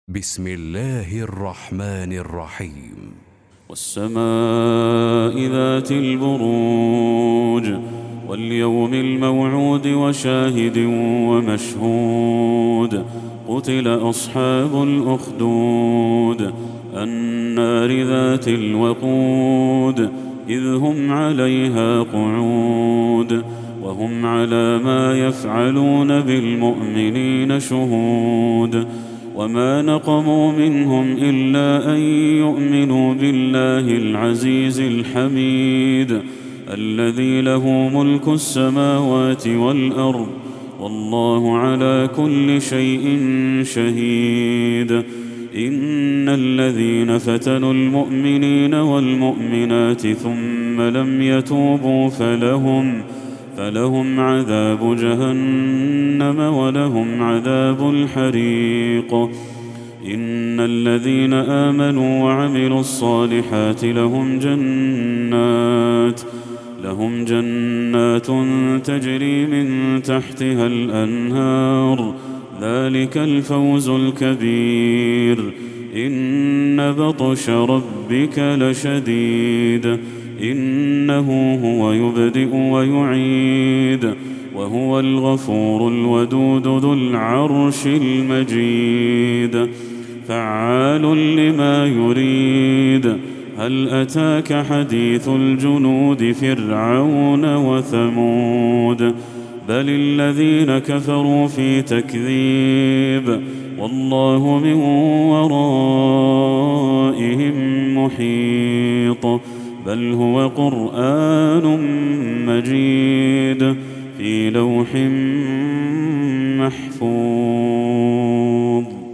بسم الله الرحمن الرحيم. والسماء ذات البروج واليوم الموعود وشاهد ومشهود. قتل أصحاب الأخدود النار ذات الوقود إذ هم عليها قعود وهم على ما يفعلون بالمؤمنين شهود. وما نقموا منهم إلا أن يؤمنوا بالله العزيز الحميد الذي له ملك السماوات والأرض والله على كل شيء شهيد. إن الذين فتنوا المؤمنين والمؤمنات ثم لم يتوبوا فلهم عذاب جهنم ولهم عذاب الحريق. إن الذين آمنوا وعملوا الصالحات لهم جنات تجري من تحتها الأنهار ذلك الفوز الكبير. إن بطش ربك لشديد إنه هو يبدئ ويعيد وهو الغفور الودود ذو العرش المجيد فعال لما يريد. هل أتاك حديث الجنود فرعون وثمود بل الذين كفروا في تكذيب والله من ورائهم محيط. بل هو قرآن مجيد في لوح محفوظ.